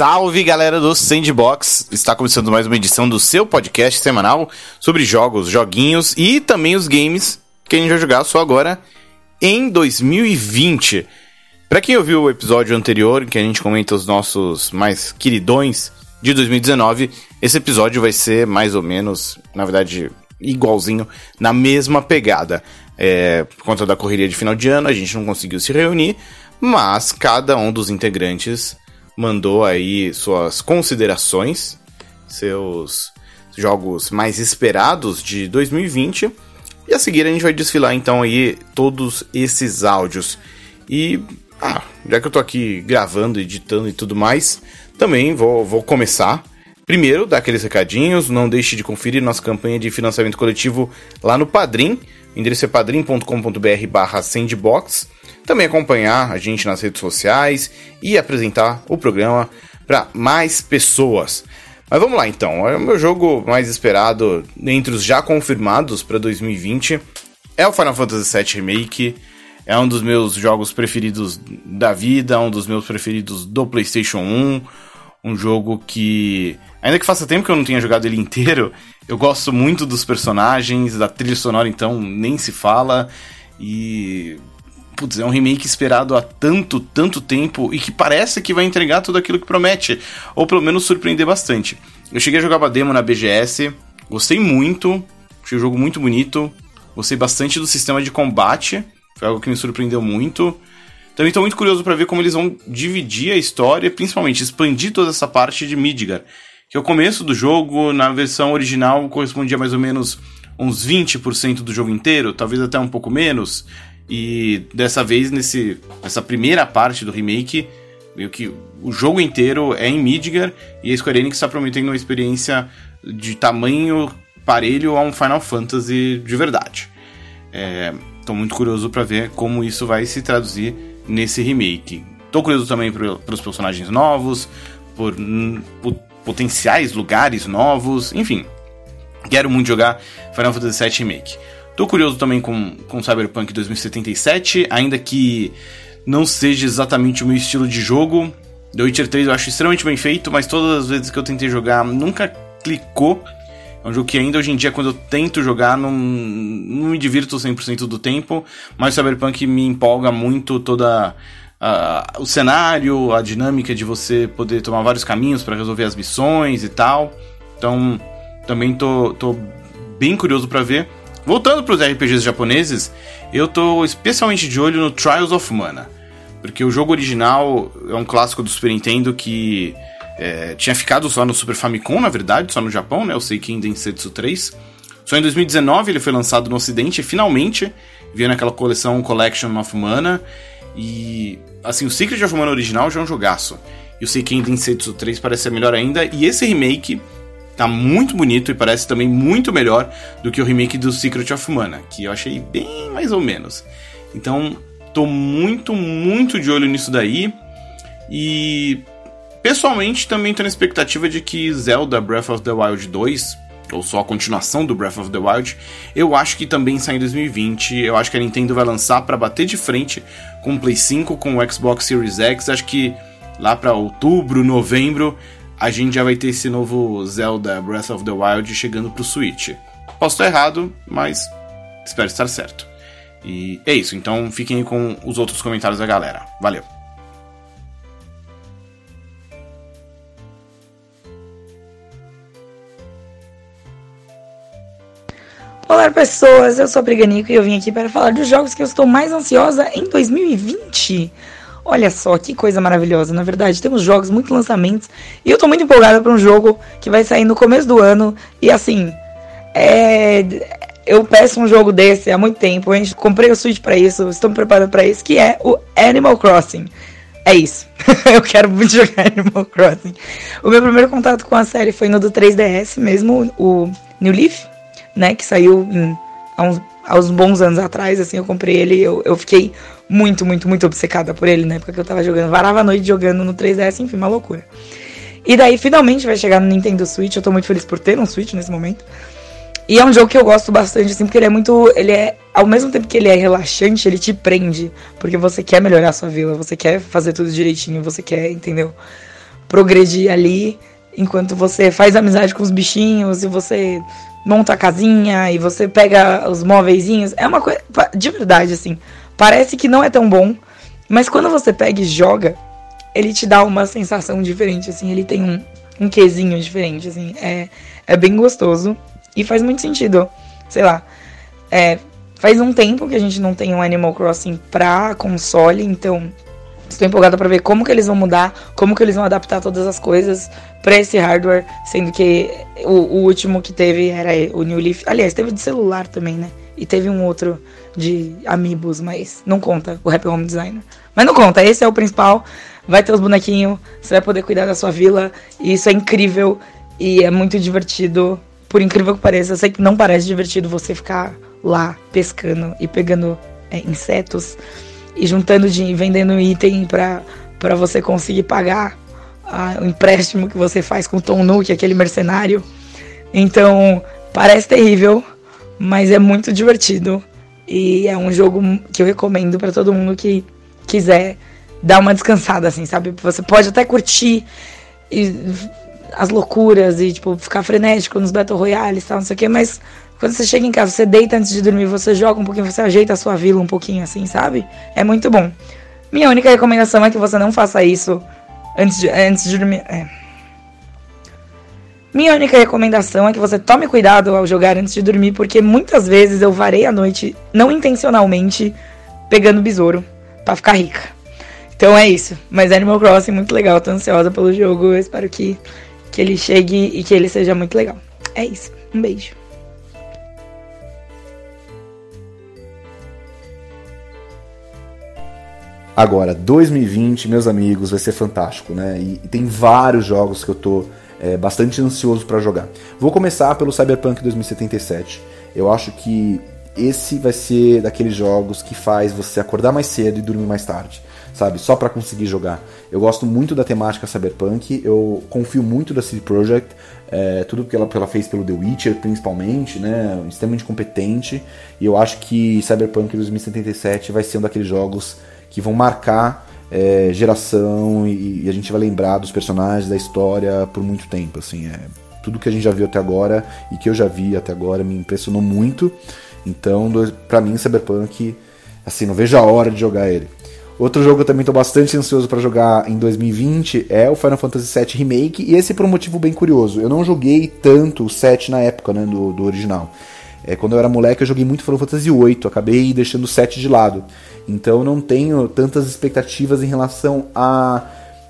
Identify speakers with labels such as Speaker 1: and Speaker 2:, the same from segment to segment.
Speaker 1: Salve galera do Sandbox! Está começando mais uma edição do seu podcast semanal sobre jogos, joguinhos e também os games que a gente vai jogar só agora em 2020. Para quem ouviu o episódio anterior, em que a gente comenta os nossos mais queridões de 2019, esse episódio vai ser mais ou menos, na verdade, igualzinho, na mesma pegada. Por conta da correria de final de ano, a gente não conseguiu se reunir, mas cada um dos integrantes mandou aí suas considerações, seus jogos mais esperados de 2020. E a seguir a gente vai desfilar então aí todos esses áudios. E, já que eu tô aqui gravando, editando e tudo mais, também vou começar. Primeiro, dar aqueles recadinhos, não deixe de conferir nossa campanha de financiamento coletivo lá no Padrim. O endereço é padrim.com.br/sandbox. Também acompanhar a gente nas redes sociais e apresentar o programa para mais pessoas. Mas vamos lá então, o meu jogo mais esperado entre os já confirmados para 2020 é o Final Fantasy VII Remake. É um dos meus jogos preferidos da vida, um dos meus preferidos do PlayStation 1. Um jogo que, ainda que faça tempo que eu não tenha jogado ele inteiro, eu gosto muito dos personagens, da trilha sonora então nem se fala. E putz, é um remake esperado há tanto tempo e que parece que vai entregar tudo aquilo que promete, ou pelo menos surpreender bastante. Eu cheguei a jogar uma demo na BGS, gostei muito, achei o jogo muito bonito, gostei bastante do sistema de combate, foi algo que me surpreendeu muito. Também estou muito curioso para ver como eles vão dividir a história, principalmente expandir toda essa parte de Midgar, que é o começo do jogo. Na versão original correspondia mais ou menos uns 20% do jogo inteiro, talvez até um pouco menos. E dessa vez, nessa primeira parte do remake, meio que o jogo inteiro é em Midgar, e a Square Enix está prometendo uma experiência de tamanho parelho a um Final Fantasy de verdade. Estou muito curioso para ver como isso vai se traduzir nesse remake. Estou curioso também pelos personagens novos, por potenciais lugares novos, enfim. Quero muito jogar Final Fantasy VII Remake. Tô curioso também com Cyberpunk 2077, ainda que não seja exatamente o meu estilo de jogo. The Witcher 3 eu acho extremamente bem feito, mas todas as vezes que eu tentei jogar nunca clicou. É um jogo que ainda hoje em dia, quando eu tento jogar, não me divirto 100% do tempo, mas Cyberpunk me empolga muito toda o cenário, a dinâmica de você poder tomar vários caminhos para resolver as missões e tal. Então, também tô bem curioso para ver. Voltando para os RPGs japoneses, eu tô especialmente de olho no Trials of Mana, porque o jogo original é um clássico do Super Nintendo que tinha ficado só no Super Famicom, na verdade, só no Japão, né? O Seiken Densetsu 3. Só em 2019 ele foi lançado no Ocidente e finalmente veio naquela coleção Collection of Mana. E assim, o Secret of Mana original já é um jogaço, e o Seiken Densetsu 3 parece ser melhor ainda, e esse remake tá muito bonito e parece também muito melhor do que o remake do Secret of Mana, que eu achei bem mais ou menos. Então, tô muito de olho nisso daí. E pessoalmente também tô na expectativa de que Zelda Breath of the Wild 2, ou só a continuação do Breath of the Wild, eu acho que também sai em 2020. Eu acho que a Nintendo vai lançar pra bater de frente com o Play 5, com o Xbox Series X. Acho que lá pra outubro, novembro, a gente já vai ter esse novo Zelda Breath of the Wild chegando pro Switch. Posso estar errado, mas espero estar certo. E é isso, então fiquem aí com os outros comentários da galera. Valeu!
Speaker 2: Olá pessoas, eu sou a Briganico e eu vim aqui para falar dos jogos que eu estou mais ansiosa em 2020. Olha só, que coisa maravilhosa. Na verdade, temos jogos, muitos lançamentos, e eu tô muito empolgada para um jogo que vai sair no começo do ano. E assim, eu peço um jogo desse há muito tempo. Eu comprei o Switch para isso, estou me preparando para isso, que é o Animal Crossing. É isso. Eu quero muito jogar Animal Crossing. O meu primeiro contato com a série foi no do 3DS mesmo, o New Leaf, né, que saiu há uns bons anos atrás. Assim, eu comprei ele e eu fiquei muito obcecada por ele, na época que eu tava jogando, varava a noite jogando no 3DS, enfim, uma loucura. E daí, finalmente, vai chegar no Nintendo Switch. Eu tô muito feliz por ter um Switch nesse momento. E é um jogo que eu gosto bastante, assim, porque ele é, ao mesmo tempo que ele é relaxante, ele te prende, porque você quer melhorar a sua vila, você quer fazer tudo direitinho, você quer, entendeu? progredir ali, enquanto você faz amizade com os bichinhos, e você monta a casinha, e você pega os móveizinhos. É uma coisa, de verdade, assim, parece que não é tão bom, mas quando você pega e joga, ele te dá uma sensação diferente, assim, ele tem um quezinho diferente, assim, é bem gostoso, e faz muito sentido, sei lá, faz um tempo que a gente não tem um Animal Crossing pra console, então estou empolgada pra ver como que eles vão mudar, como que eles vão adaptar todas as coisas pra esse hardware, sendo que o último que teve era o New Leaf. Aliás, teve de celular também, né? E teve um outro de Amiibos, mas não conta, o Happy Home Designer. Mas não conta, esse é o principal. Vai ter os bonequinhos, você vai poder cuidar da sua vila, e isso é incrível, e é muito divertido. Por incrível que pareça, eu sei que não parece divertido você ficar lá pescando e pegando insetos e juntando dinheiro, vendendo item pra você conseguir pagar o empréstimo que você faz com o Tom Nook, aquele mercenário. Então, parece terrível, mas é muito divertido. E é um jogo que eu recomendo pra todo mundo que quiser dar uma descansada, assim, sabe? Você pode até curtir as loucuras e, tipo, ficar frenético nos Battle Royales e tal, não sei o que, mas quando você chega em casa, você deita antes de dormir, você joga um pouquinho, você ajeita a sua vila um pouquinho, assim, sabe? É muito bom. Minha única recomendação é que você não faça isso antes de dormir. Minha única recomendação é que você tome cuidado ao jogar antes de dormir, porque muitas vezes eu varei a noite, não intencionalmente, pegando besouro pra ficar rica. Então é isso. Mas Animal Crossing, muito legal. Tô ansiosa pelo jogo. Eu espero que ele chegue e que ele seja muito legal. É isso. Um beijo.
Speaker 3: Agora, 2020, meus amigos, vai ser fantástico, né? E tem vários jogos que eu tô bastante ansioso para jogar. Vou começar pelo Cyberpunk 2077. Eu acho que esse vai ser daqueles jogos que faz você acordar mais cedo e dormir mais tarde, sabe? Só pra conseguir jogar. Eu gosto muito da temática Cyberpunk, eu confio muito da CD Projekt, tudo que ela fez pelo The Witcher, principalmente, né? Extremamente competente, e eu acho que Cyberpunk 2077 vai ser um daqueles jogos que vão marcar geração, e a gente vai lembrar dos personagens, da história por muito tempo, assim. Tudo que a gente já viu até agora, e que eu já vi até agora, me impressionou muito. Então, pra mim, Cyberpunk, assim, não vejo a hora de jogar ele. Outro jogo que eu também tô bastante ansioso pra jogar em 2020 é o Final Fantasy VII Remake, e esse por um motivo bem curioso. Eu não joguei tanto o 7 na época, né, do original. Quando eu era moleque eu joguei muito Final Fantasy VIII, acabei deixando o 7 de lado. Então eu não tenho tantas expectativas em relação a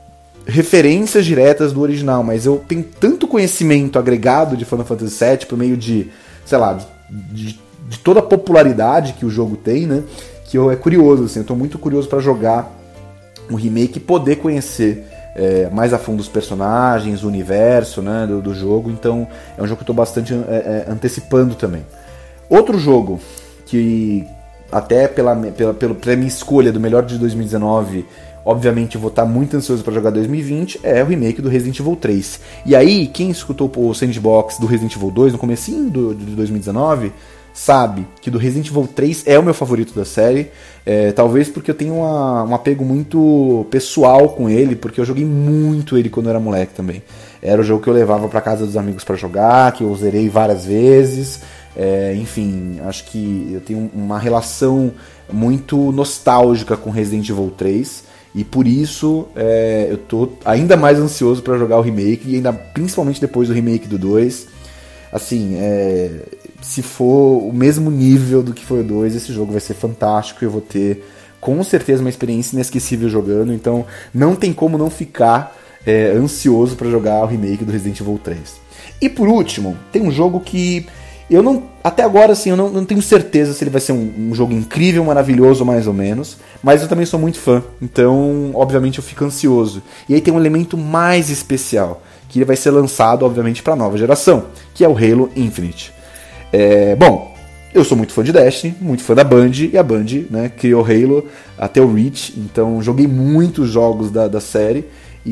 Speaker 3: referências diretas do original, mas eu tenho tanto conhecimento agregado de Final Fantasy VII por meio de, sei lá, de toda a popularidade que o jogo tem, né? Que é curioso, assim, eu tô muito curioso para jogar o remake e poder conhecer mais a fundo os personagens, o universo, né, do jogo. Então é um jogo que eu tô bastante antecipando também. Outro jogo que até pela minha escolha do melhor de 2019, obviamente eu vou estar muito ansioso para jogar 2020, é o remake do Resident Evil 3. E aí, quem escutou o Sandbox do Resident Evil 2 no comecinho de 2019, sabe que do Resident Evil 3 é o meu favorito da série, talvez porque eu tenho um apego muito pessoal com ele, porque eu joguei muito ele quando eu era moleque também. Era o jogo que eu levava para casa dos amigos para jogar, que eu zerei várias vezes. Enfim, acho que eu tenho uma relação muito nostálgica com Resident Evil 3, e por isso eu tô ainda mais ansioso para jogar o remake, e ainda principalmente depois do remake do 2. Assim, se for o mesmo nível do que foi o 2, esse jogo vai ser fantástico, e eu vou ter com certeza uma experiência inesquecível jogando, então não tem como não ficar ansioso para jogar o remake do Resident Evil 3. E por último, tem um jogo que eu não, até agora assim, eu não tenho certeza se ele vai ser um jogo incrível, maravilhoso ou mais ou menos, mas eu também sou muito fã, então obviamente eu fico ansioso. E aí tem um elemento mais especial, que ele vai ser lançado obviamente para a nova geração, que é o Halo Infinite. Bom, eu sou muito fã de Destiny, muito fã da Band, e a Band, né, criou Halo até o Reach, então joguei muitos jogos da série,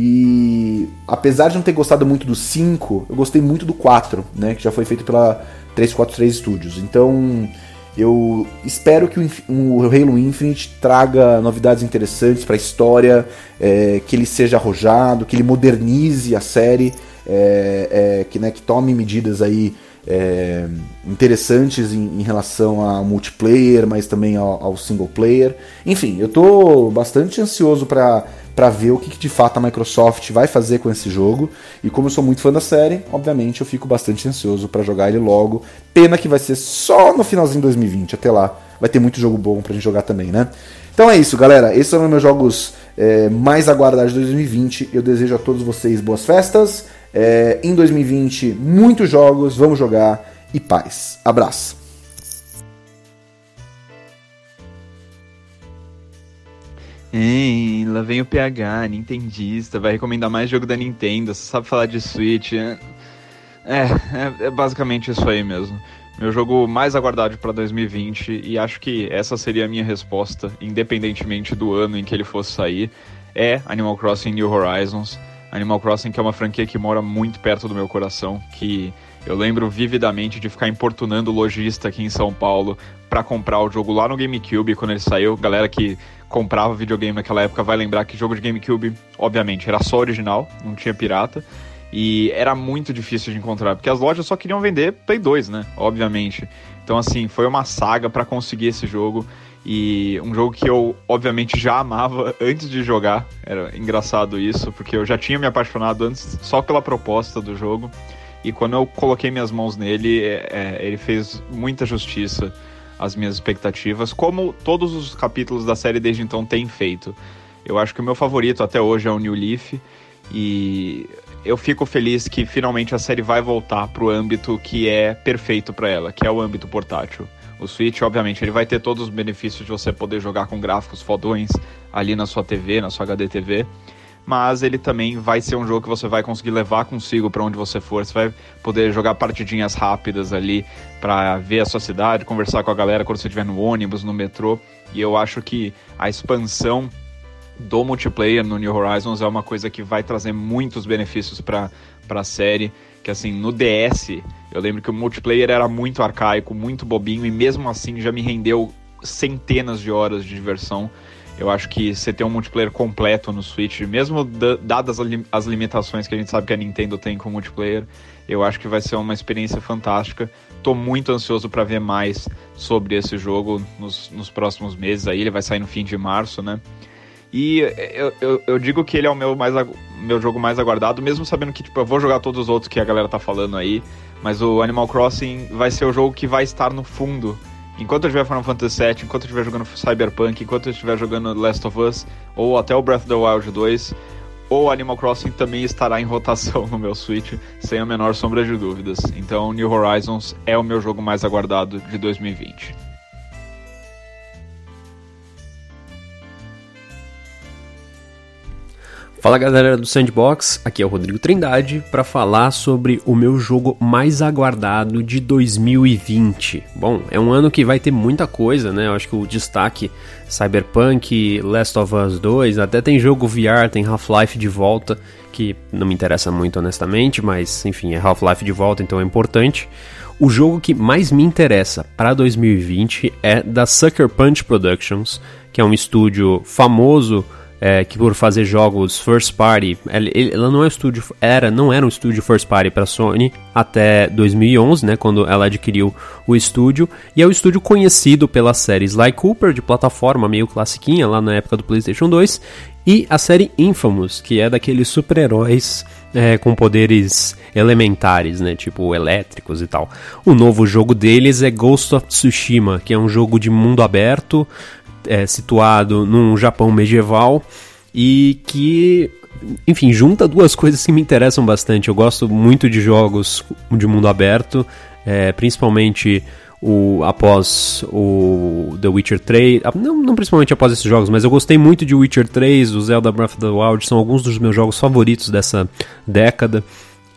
Speaker 3: e apesar de não ter gostado muito do 5, eu gostei muito do 4, né, que já foi feito pela 343 Studios. Então Eu espero que o Halo Infinite traga novidades interessantes para a história, que ele seja arrojado, que ele modernize a série, que tome medidas aí interessantes em relação ao multiplayer, mas também ao single player. Enfim, eu estou bastante ansioso para ver o que de fato a Microsoft vai fazer com esse jogo. E como eu sou muito fã da série, obviamente eu fico bastante ansioso para jogar ele logo. Pena que vai ser só no finalzinho de 2020. Até lá vai ter muito jogo bom pra gente jogar também, né? Então é isso, galera. Esses são os meus jogos mais aguardados de 2020. Eu desejo a todos vocês boas festas. Em 2020, muitos jogos. Vamos jogar e paz. Abraço.
Speaker 4: Lá vem o PH, nintendista, vai recomendar mais jogo da Nintendo, você sabe falar de Switch. É basicamente isso aí mesmo. Meu jogo mais aguardado para 2020, e acho que essa seria a minha resposta, independentemente do ano em que ele fosse sair, é Animal Crossing New Horizons. Animal Crossing, que é uma franquia que mora muito perto do meu coração, que eu lembro vividamente de ficar importunando o lojista aqui em São Paulo para comprar o jogo lá no GameCube quando ele saiu. Galera que comprava videogame naquela época vai lembrar que jogo de GameCube, obviamente, era só original, não tinha pirata, e era muito difícil de encontrar, porque as lojas só queriam vender Play 2, né, obviamente. Então, assim, foi uma saga para conseguir esse jogo, e um jogo que eu, obviamente, já amava antes de jogar. Era engraçado isso, porque eu já tinha me apaixonado antes só pela proposta do jogo, e quando eu coloquei minhas mãos nele, ele fez muita justiça às minhas expectativas, como todos os capítulos da série desde então têm feito. Eu acho que o meu favorito até hoje é o New Leaf, e eu fico feliz que finalmente a série vai voltar pro âmbito que é perfeito para ela, que é o âmbito portátil. O Switch, obviamente, ele vai ter todos os benefícios de você poder jogar com gráficos fodões ali na sua TV, na sua HD TV, mas ele também vai ser um jogo que você vai conseguir levar consigo para onde você for. Você vai poder jogar partidinhas rápidas ali para ver a sua cidade, conversar com a galera quando você estiver no ônibus, no metrô. E eu acho que a expansão do multiplayer no New Horizons é uma coisa que vai trazer muitos benefícios para a série. Que assim, no DS, eu lembro que o multiplayer era muito arcaico, muito bobinho, e mesmo assim já me rendeu centenas de horas de diversão. Eu acho que você ter um multiplayer completo no Switch, mesmo dadas as limitações que a gente sabe que a Nintendo tem com o multiplayer, eu acho que vai ser uma experiência fantástica. Tô muito ansioso para ver mais sobre esse jogo nos próximos meses. Aí ele vai sair no fim de março, né? E eu digo que ele é o meu jogo mais aguardado, mesmo sabendo que eu vou jogar todos os outros que a galera tá falando aí, mas o Animal Crossing vai ser o jogo que vai estar no fundo. Enquanto eu estiver Final Fantasy VII, enquanto eu estiver jogando Cyberpunk, enquanto eu estiver jogando Last of Us, ou até o Breath of the Wild 2, o Animal Crossing também estará em rotação no meu Switch, sem a menor sombra de dúvidas. Então, New Horizons é o meu jogo mais aguardado de 2020.
Speaker 5: Fala galera do Sandbox, aqui é o Rodrigo Trindade para falar sobre o meu jogo mais aguardado de 2020. Bom, é um ano que vai ter muita coisa, né? Eu acho que o destaque Cyberpunk, Last of Us 2, até tem jogo VR, tem Half-Life de volta, que não me interessa muito honestamente, mas enfim, é Half-Life de volta, então é importante. O jogo que mais me interessa para 2020 é da Sucker Punch Productions, que é um estúdio famoso que por fazer jogos first party, ela não era um estúdio first party para Sony até 2011, né, quando ela adquiriu o estúdio, e é um estúdio conhecido pela série Sly Cooper, de plataforma meio classiquinha, lá na época do PlayStation 2, e a série Infamous, que é daqueles super-heróis com poderes elementares, né, tipo elétricos e tal. O novo jogo deles é Ghost of Tsushima, que é um jogo de mundo aberto, situado num Japão medieval e que, enfim, junta duas coisas que me interessam bastante. Eu gosto muito de jogos de mundo aberto, principalmente após o The Witcher 3, não principalmente após esses jogos, mas eu gostei muito de Witcher 3, o Zelda Breath of the Wild, são alguns dos meus jogos favoritos dessa década.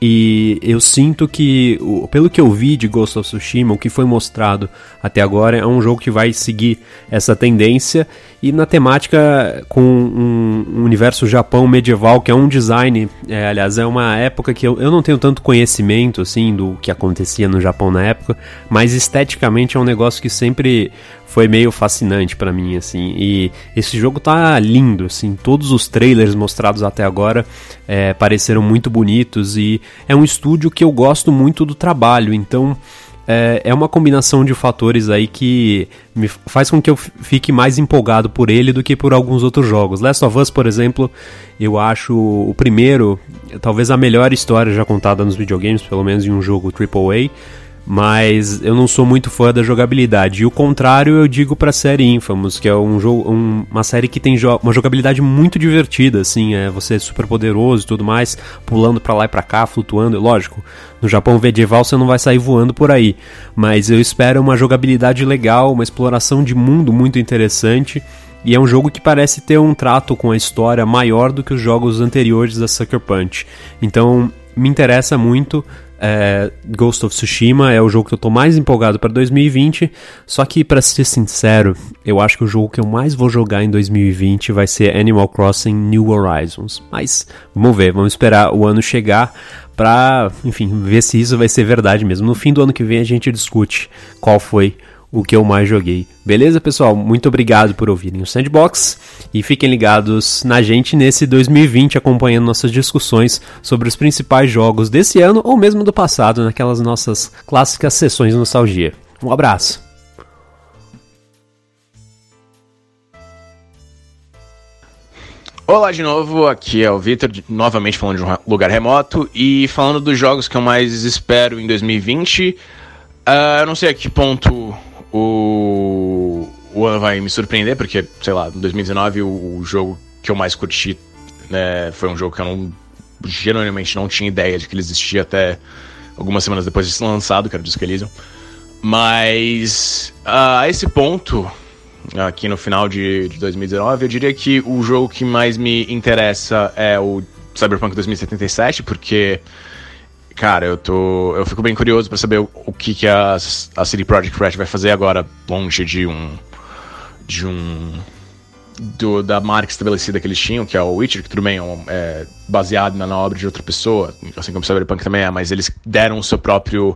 Speaker 5: E eu sinto que, pelo que eu vi de Ghost of Tsushima, o que foi mostrado até agora é um jogo que vai seguir essa tendência e na temática com um universo Japão medieval, que é um design, aliás, é uma época que eu não tenho tanto conhecimento, assim, do que acontecia no Japão na época, mas esteticamente é um negócio que sempre foi meio fascinante pra mim, assim, e esse jogo tá lindo, assim, todos os trailers mostrados até agora pareceram muito bonitos e é um estúdio que eu gosto muito do trabalho, então é uma combinação de fatores aí que me faz com que eu fique mais empolgado por ele do que por alguns outros jogos. Last of Us, por exemplo, eu acho o primeiro, talvez a melhor história já contada nos videogames, pelo menos em um jogo AAA, mas eu não sou muito fã da jogabilidade. E o contrário eu digo pra série Infamous, que é uma série que tem uma jogabilidade muito divertida, assim, você é super poderoso e tudo mais, pulando pra lá e pra cá, flutuando, lógico, no Japão medieval você não vai sair voando por aí, mas eu espero uma jogabilidade legal, uma exploração de mundo muito interessante, e é um jogo que parece ter um trato com a história maior do que os jogos anteriores da Sucker Punch, então me interessa muito. Ghost of Tsushima é o jogo que eu tô mais empolgado para 2020, só que, para ser sincero, eu acho que o jogo que eu mais vou jogar em 2020 vai ser Animal Crossing New Horizons, mas vamos ver, vamos esperar o ano chegar pra, enfim, ver se isso vai ser verdade mesmo. No fim do ano que vem a gente discute qual foi o que eu mais joguei. Beleza, pessoal? Muito obrigado por ouvirem o Sandbox e fiquem ligados na gente nesse 2020 acompanhando nossas discussões sobre os principais jogos desse ano ou mesmo do passado, naquelas nossas clássicas sessões de nostalgia. Um abraço!
Speaker 6: Olá de novo, aqui é o Victor, novamente falando de um lugar remoto e falando dos jogos que eu mais espero em 2020. Eu não sei a que ponto o ano vai me surpreender, porque, sei lá, em 2019 o jogo que eu mais curti, né, foi um jogo que eu genuinamente não tinha ideia de que ele existia até algumas semanas depois de ser lançado, que era o Disco Elysium. Mas a esse ponto, aqui no final de 2019, eu diria que o jogo que mais me interessa é o Cyberpunk 2077, porque, cara, eu fico bem curioso pra saber o que a CD Projekt Red vai fazer agora, longe da marca estabelecida que eles tinham, que é o Witcher, que tudo bem é baseado na obra de outra pessoa, assim como o Cyberpunk também é, mas eles deram o seu próprio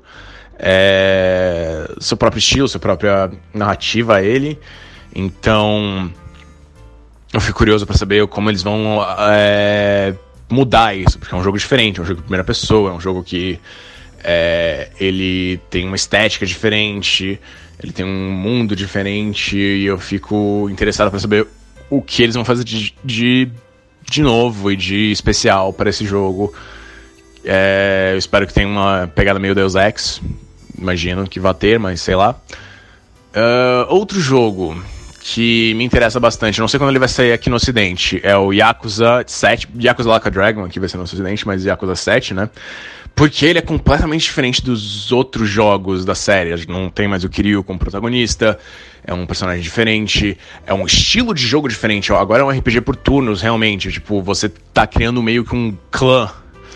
Speaker 6: estilo, sua própria narrativa a ele. Então eu fico curioso pra saber como eles vão mudar isso, porque é um jogo diferente, é um jogo de primeira pessoa, é um jogo que ele tem uma estética diferente, ele tem um mundo diferente, e eu fico interessado pra saber o que eles vão fazer de novo e de especial para esse jogo. Eu espero que tenha uma pegada meio Deus Ex, imagino que vai ter, mas sei lá. Outro jogo que me interessa bastante, não sei quando ele vai sair aqui no ocidente, é o Yakuza 7, Yakuza Like a Dragon, aqui vai ser no ocidente, mas Yakuza 7, né? Porque ele é completamente diferente dos outros jogos da série. Não tem mais o Kiryu como protagonista, é um personagem diferente, é um estilo de jogo diferente. Agora é um RPG por turnos, realmente. Tipo, você tá criando meio que um clã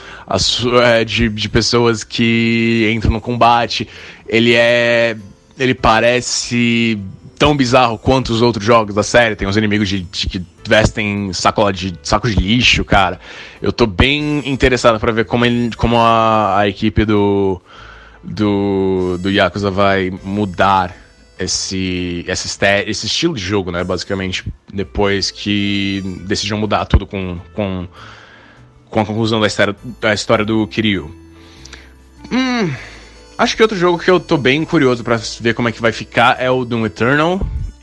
Speaker 6: de pessoas que entram no combate. Ele parece tão bizarro quanto os outros jogos da série. Tem uns inimigos que vestem sacos de lixo, cara. Eu tô bem interessado pra ver como a equipe do Yakuza vai mudar esse estilo de jogo, né, basicamente, depois que decidiram mudar tudo com a conclusão da história do Kiryu. Acho que outro jogo que eu tô bem curioso pra ver como é que vai ficar é o Doom Eternal.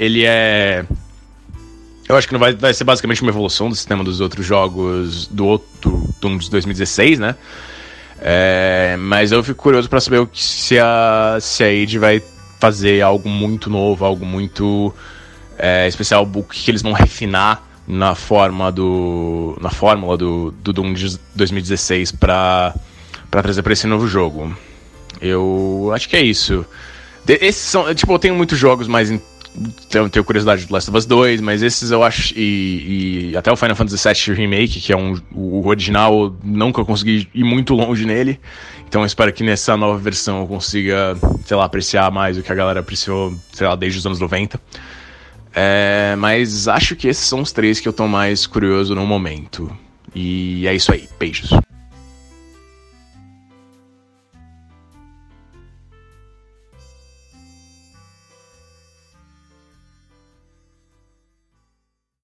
Speaker 6: Eu acho que não vai ser basicamente uma evolução do sistema dos outros jogos do outro Doom de 2016, né? Mas eu fico curioso pra saber se a id vai fazer algo muito novo, algo muito especial, o que eles vão refinar na fórmula do Doom de 2016 pra trazer pra esse novo jogo. Eu acho que é isso. Esses são, tipo, eu tenho muitos jogos mais tenho curiosidade do Last of Us 2, mas esses eu acho. E até o Final Fantasy VII Remake, que é o original, nunca consegui ir muito longe nele. Então eu espero que nessa nova versão eu consiga, sei lá, apreciar mais o que a galera apreciou, sei lá, desde os anos 90. Mas acho que esses são os 3 que eu tô mais curioso no momento. E é isso aí, beijos.